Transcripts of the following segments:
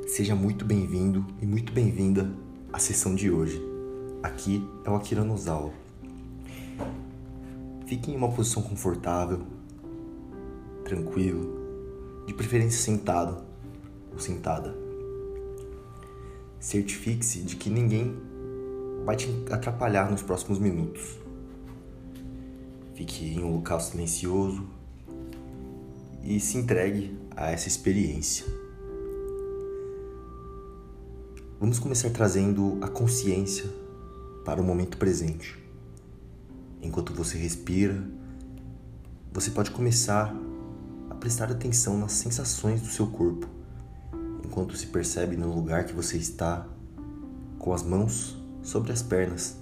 Seja muito bem-vindo e muito bem-vinda à sessão de hoje. Aqui é o Akira Nozawa. Fique em uma posição confortável, tranquilo, de preferência sentado ou sentada. Certifique-se de que ninguém vai te atrapalhar nos próximos minutos. Fique em um local silencioso e se entregue a essa experiência. Vamos começar trazendo a consciência para o momento presente. Enquanto você respira, você pode começar a prestar atenção nas sensações do seu corpo, enquanto se percebe no lugar que você está, com as mãos sobre as pernas.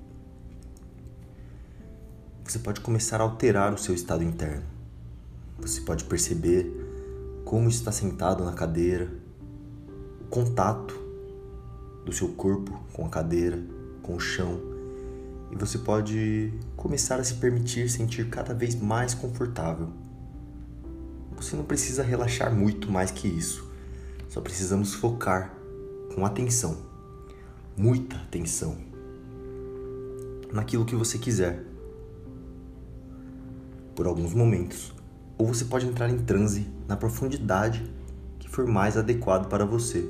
Você pode começar a alterar o seu estado interno. Você pode perceber como está sentado na cadeira, o contato do seu corpo com a cadeira, com o chão, e você pode começar a se permitir sentir cada vez mais confortável. Você não precisa relaxar muito mais que isso, só precisamos focar com atenção, muita atenção, naquilo que você quiser, por alguns momentos, ou você pode entrar em transe na profundidade que for mais adequado para você.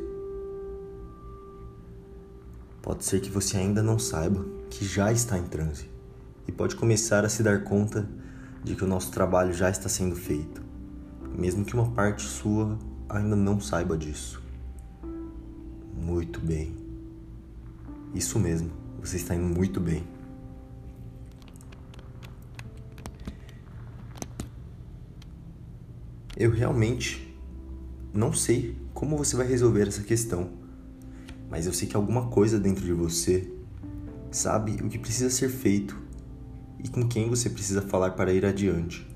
Pode ser que você ainda não saiba que já está em transe e pode começar a se dar conta de que o nosso trabalho já está sendo feito, mesmo que uma parte sua ainda não saiba disso. Muito bem. Isso mesmo, você está indo muito bem. Eu realmente não sei como você vai resolver essa questão, mas eu sei que alguma coisa dentro de você sabe o que precisa ser feito e com quem você precisa falar para ir adiante.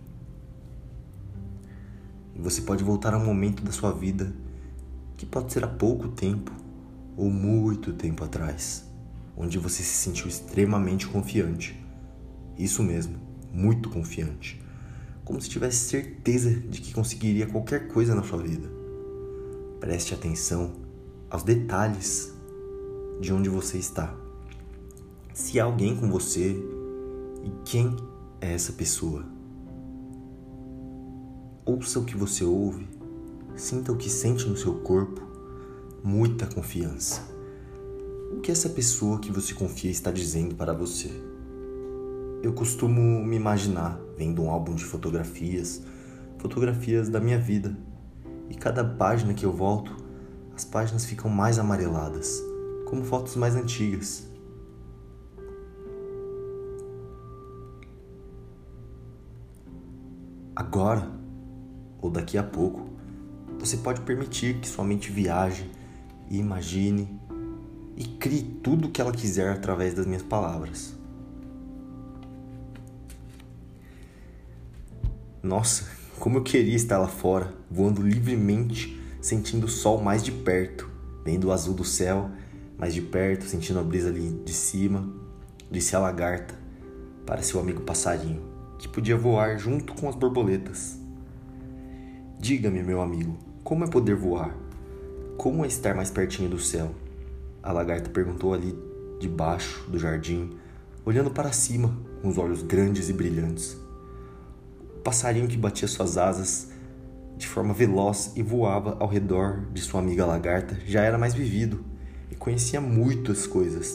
E você pode voltar a um momento da sua vida que pode ser há pouco tempo ou muito tempo atrás, onde você se sentiu extremamente confiante. Isso mesmo, muito confiante. Como se tivesse certeza de que conseguiria qualquer coisa na sua vida. Preste atenção aos detalhes de onde você está. Se há alguém com você e quem é essa pessoa. Ouça o que você ouve, sinta o que sente no seu corpo, muita confiança. O que essa pessoa que você confia está dizendo para você? Eu costumo me imaginar vendo um álbum de fotografias da minha vida, e cada página que eu volto, as páginas ficam mais amareladas, como fotos mais antigas. Agora, ou daqui a pouco, você pode permitir que sua mente viaje e imagine e crie tudo o que ela quiser através das minhas palavras. Nossa, como eu queria estar lá fora, voando livremente, sentindo o sol mais de perto, vendo o azul do céu mais de perto, sentindo a brisa ali de cima, disse a lagarta para seu amigo passarinho, que podia voar junto com as borboletas. Diga-me, meu amigo, como é poder voar? Como é estar mais pertinho do céu? A lagarta perguntou ali debaixo do jardim, olhando para cima com os olhos grandes e brilhantes. O passarinho que batia suas asas de forma veloz e voava ao redor de sua amiga lagarta já era mais vivido e conhecia muitas coisas.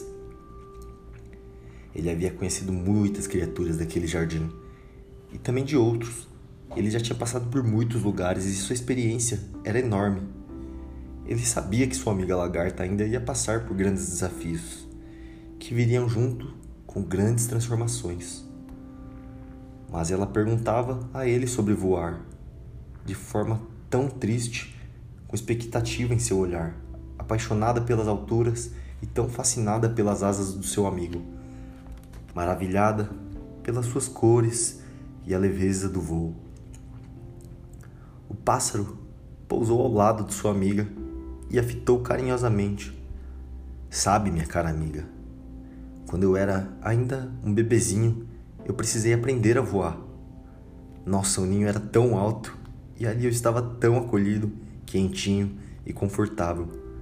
Ele havia conhecido muitas criaturas daquele jardim e também de outros. Ele já tinha passado por muitos lugares e sua experiência era enorme. Ele sabia que sua amiga lagarta ainda ia passar por grandes desafios, que viriam junto com grandes transformações. Mas ela perguntava a ele sobre voar, de forma tão triste, com expectativa em seu olhar, apaixonada pelas alturas e tão fascinada pelas asas do seu amigo, maravilhada pelas suas cores e a leveza do voo. O pássaro pousou ao lado de sua amiga e a fitou carinhosamente. Sabe, minha cara amiga, quando eu era ainda um bebezinho, eu precisei aprender a voar. Nossa, o ninho era tão alto e ali eu estava tão acolhido, quentinho e confortável.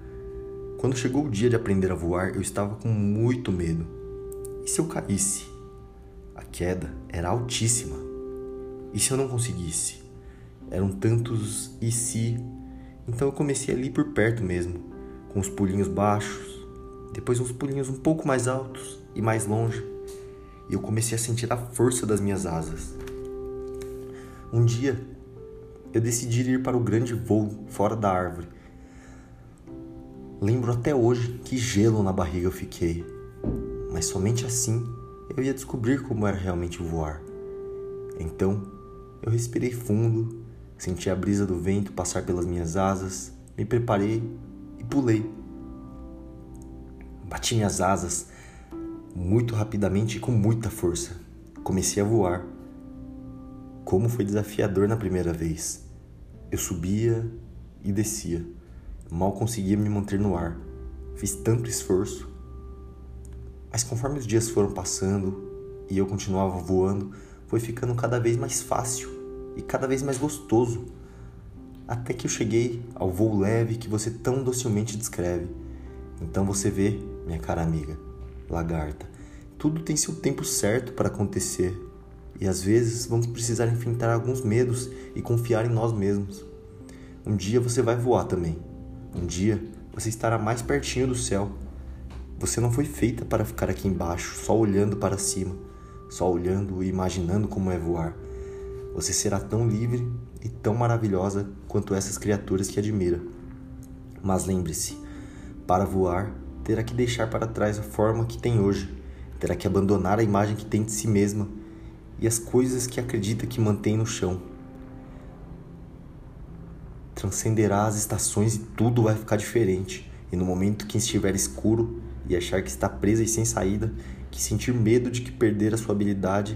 Quando chegou o dia de aprender a voar, eu estava com muito medo. E se eu caísse? A queda era altíssima. E se eu não conseguisse? Eram tantos e se... Então eu comecei ali por perto mesmo, com os pulinhos baixos, depois uns pulinhos um pouco mais altos e mais longe. E eu comecei a sentir a força das minhas asas. Um dia, eu decidi ir para o grande voo fora da árvore. Lembro até hoje que gelo na barriga eu fiquei, mas somente assim eu ia descobrir como era realmente voar. Então, eu respirei fundo, senti a brisa do vento passar pelas minhas asas, me preparei e pulei. Bati minhas asas muito rapidamente e com muita força. Comecei a voar. Como foi desafiador na primeira vez. Eu subia e descia. Mal conseguia me manter no ar. Fiz tanto esforço. Mas conforme os dias foram passando e eu continuava voando, foi ficando cada vez mais fácil e cada vez mais gostoso. Até que eu cheguei ao voo leve que você tão docilmente descreve. Então você vê, minha cara amiga, lagarta, tudo tem seu tempo certo para acontecer. E às vezes vamos precisar enfrentar alguns medos e confiar em nós mesmos. Um dia você vai voar também. Um dia você estará mais pertinho do céu. Você não foi feita para ficar aqui embaixo, só olhando para cima, só olhando e imaginando como é voar. Você será tão livre e tão maravilhosa quanto essas criaturas que admira. Mas lembre-se, para voar, terá que deixar para trás a forma que tem hoje. Terá que abandonar a imagem que tem de si mesma e as coisas que acredita que mantém no chão. Transcenderá as estações e tudo vai ficar diferente. E no momento que estiver escuro e achar que está presa e sem saída, que sentir medo de que perder a sua habilidade,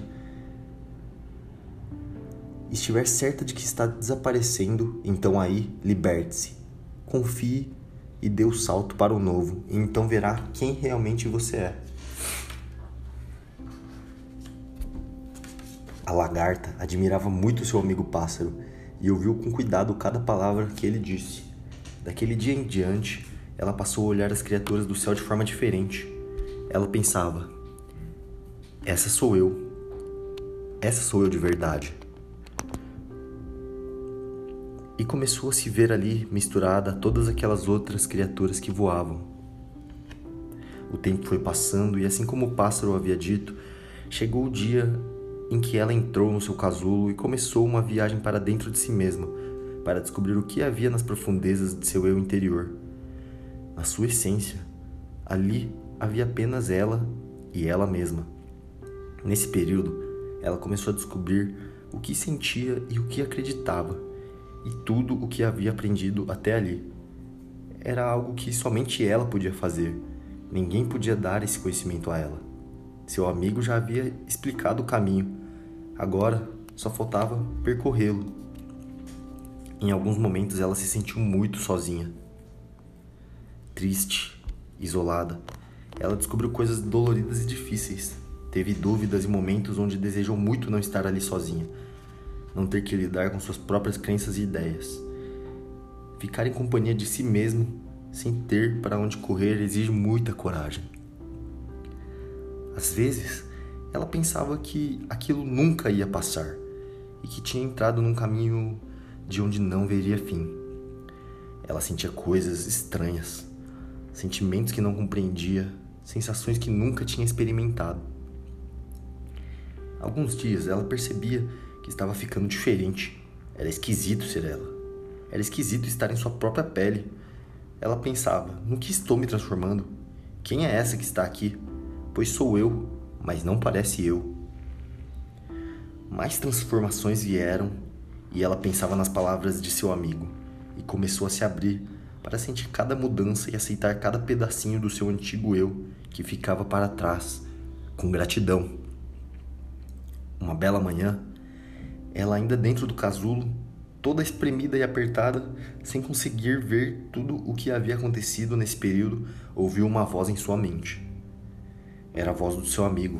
e estiver certa de que está desaparecendo, então aí, liberte-se. Confie e dê o salto para o novo, e então verá quem realmente você é. A lagarta admirava muito seu amigo pássaro e ouviu com cuidado cada palavra que ele disse. Daquele dia em diante, ela passou a olhar as criaturas do céu de forma diferente. Ela pensava: essa sou eu. Essa sou eu de verdade. E começou a se ver ali misturada a todas aquelas outras criaturas que voavam. O tempo foi passando e, assim como o pássaro havia dito, chegou o dia em que ela entrou no seu casulo e começou uma viagem para dentro de si mesma, para descobrir o que havia nas profundezas de seu eu interior. Na sua essência, ali havia apenas ela e ela mesma. Nesse período, ela começou a descobrir o que sentia e o que acreditava, e tudo o que havia aprendido até ali. Era algo que somente ela podia fazer. Ninguém podia dar esse conhecimento a ela. Seu amigo já havia explicado o caminho. Agora só faltava percorrê-lo. Em alguns momentos ela se sentiu muito sozinha. Triste, isolada. Ela descobriu coisas doloridas e difíceis. Teve dúvidas e momentos onde desejou muito não estar ali sozinha. Não ter que lidar com suas próprias crenças e ideias. Ficar em companhia de si mesmo, sem ter para onde correr, exige muita coragem. Às vezes, ela pensava que aquilo nunca ia passar e que tinha entrado num caminho de onde não veria fim. Ela sentia coisas estranhas, sentimentos que não compreendia, sensações que nunca tinha experimentado. Alguns dias ela percebia que estava ficando diferente. Era esquisito ser ela. Era esquisito estar em sua própria pele. Ela pensava: no que estou me transformando? Quem é essa que está aqui? Pois sou eu, mas não parece eu. Mais transformações vieram e ela pensava nas palavras de seu amigo e começou a se abrir para sentir cada mudança e aceitar cada pedacinho do seu antigo eu que ficava para trás, com gratidão. Uma bela manhã, ela ainda dentro do casulo, toda espremida e apertada, sem conseguir ver tudo o que havia acontecido nesse período, ouviu uma voz em sua mente. Era a voz do seu amigo.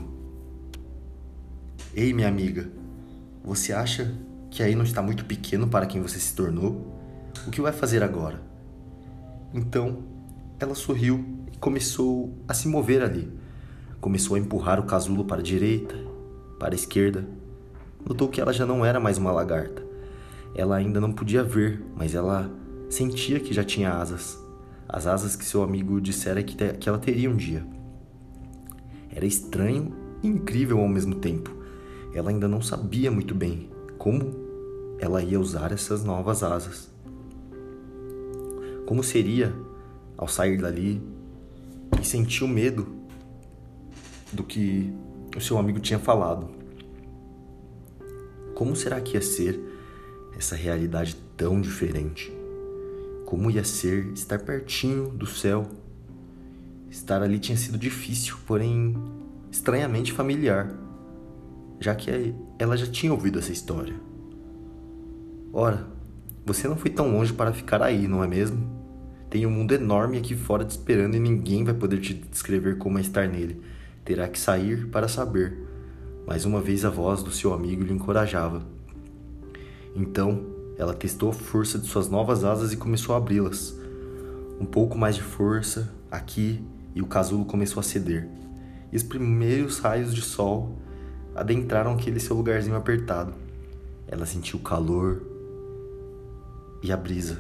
Ei, minha amiga, você acha que aí não está muito pequeno para quem você se tornou? O que vai fazer agora? Então, ela sorriu e começou a se mover ali. Começou a empurrar o casulo para a direita, para a esquerda. Notou que ela já não era mais uma lagarta. Ela ainda não podia ver, mas ela sentia que já tinha asas. As asas que seu amigo dissera que ela teria um dia. Era estranho e incrível ao mesmo tempo. Ela ainda não sabia muito bem como ela ia usar essas novas asas. Como seria ao sair dali e sentir o medo do que o seu amigo tinha falado? Como será que ia ser essa realidade tão diferente? Como ia ser estar pertinho do céu? Estar ali tinha sido difícil, porém estranhamente familiar, já que ela já tinha ouvido essa história. Ora, você não foi tão longe para ficar aí, não é mesmo? Tem um mundo enorme aqui fora te esperando e ninguém vai poder te descrever como é estar nele. Terá que sair para saber. Mais uma vez a voz do seu amigo lhe encorajava. Então, ela testou a força de suas novas asas e começou a abri-las. Um pouco mais de força, aqui, e o casulo começou a ceder. E os primeiros raios de sol adentraram aquele seu lugarzinho apertado. Ela sentiu o calor e a brisa.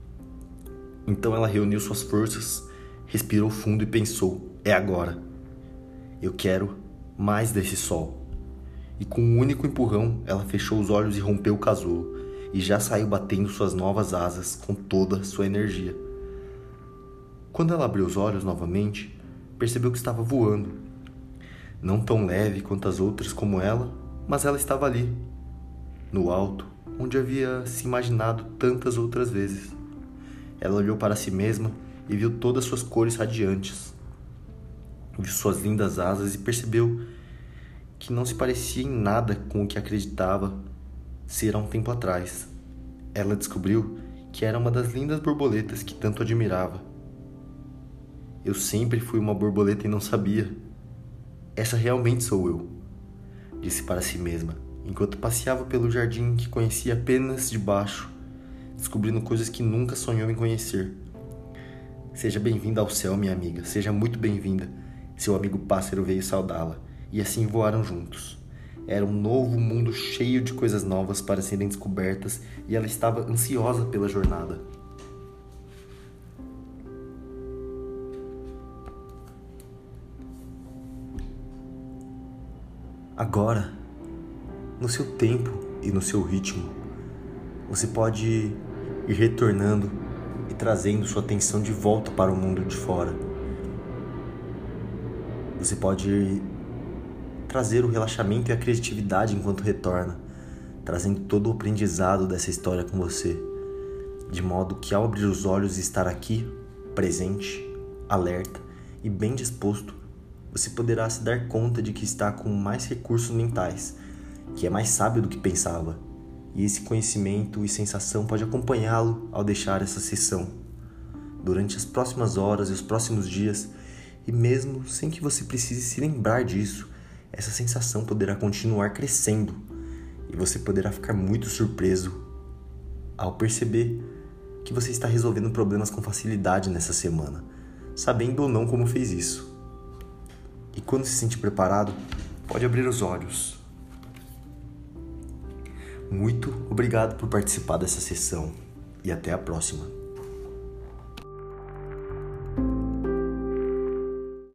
Então ela reuniu suas forças, respirou fundo e pensou: é agora. Eu quero mais desse sol. E com um único empurrão, ela fechou os olhos e rompeu o casulo, e já saiu batendo suas novas asas com toda sua energia. Quando ela abriu os olhos novamente, percebeu que estava voando. Não tão leve quanto as outras como ela, mas ela estava ali, no alto, onde havia se imaginado tantas outras vezes. Ela olhou para si mesma e viu todas suas cores radiantes. Viu suas lindas asas e percebeu que não se parecia em nada com o que acreditava ser há um tempo atrás. Ela descobriu que era uma das lindas borboletas que tanto admirava. Eu sempre fui uma borboleta e não sabia. Essa realmente sou eu, disse para si mesma, enquanto passeava pelo jardim que conhecia apenas de baixo, descobrindo coisas que nunca sonhou em conhecer. Seja bem-vinda ao céu, minha amiga, seja muito bem-vinda. Seu amigo pássaro veio saudá-la, e assim voaram juntos. Era um novo mundo cheio de coisas novas para serem descobertas, e ela estava ansiosa pela jornada. Agora, no seu tempo e no seu ritmo, você pode ir retornando e trazendo sua atenção de volta para o mundo de fora. Você pode trazer o relaxamento e a criatividade enquanto retorna, trazendo todo o aprendizado dessa história com você, de modo que ao abrir os olhos e estar aqui, presente, alerta e bem disposto, você poderá se dar conta de que está com mais recursos mentais, que é mais sábio do que pensava, e esse conhecimento e sensação pode acompanhá-lo ao deixar essa sessão. Durante as próximas horas e os próximos dias, e mesmo sem que você precise se lembrar disso, essa sensação poderá continuar crescendo, e você poderá ficar muito surpreso ao perceber que você está resolvendo problemas com facilidade nessa semana, sabendo ou não como fez isso. E quando se sente preparado, pode abrir os olhos. Muito obrigado por participar dessa sessão e até a próxima.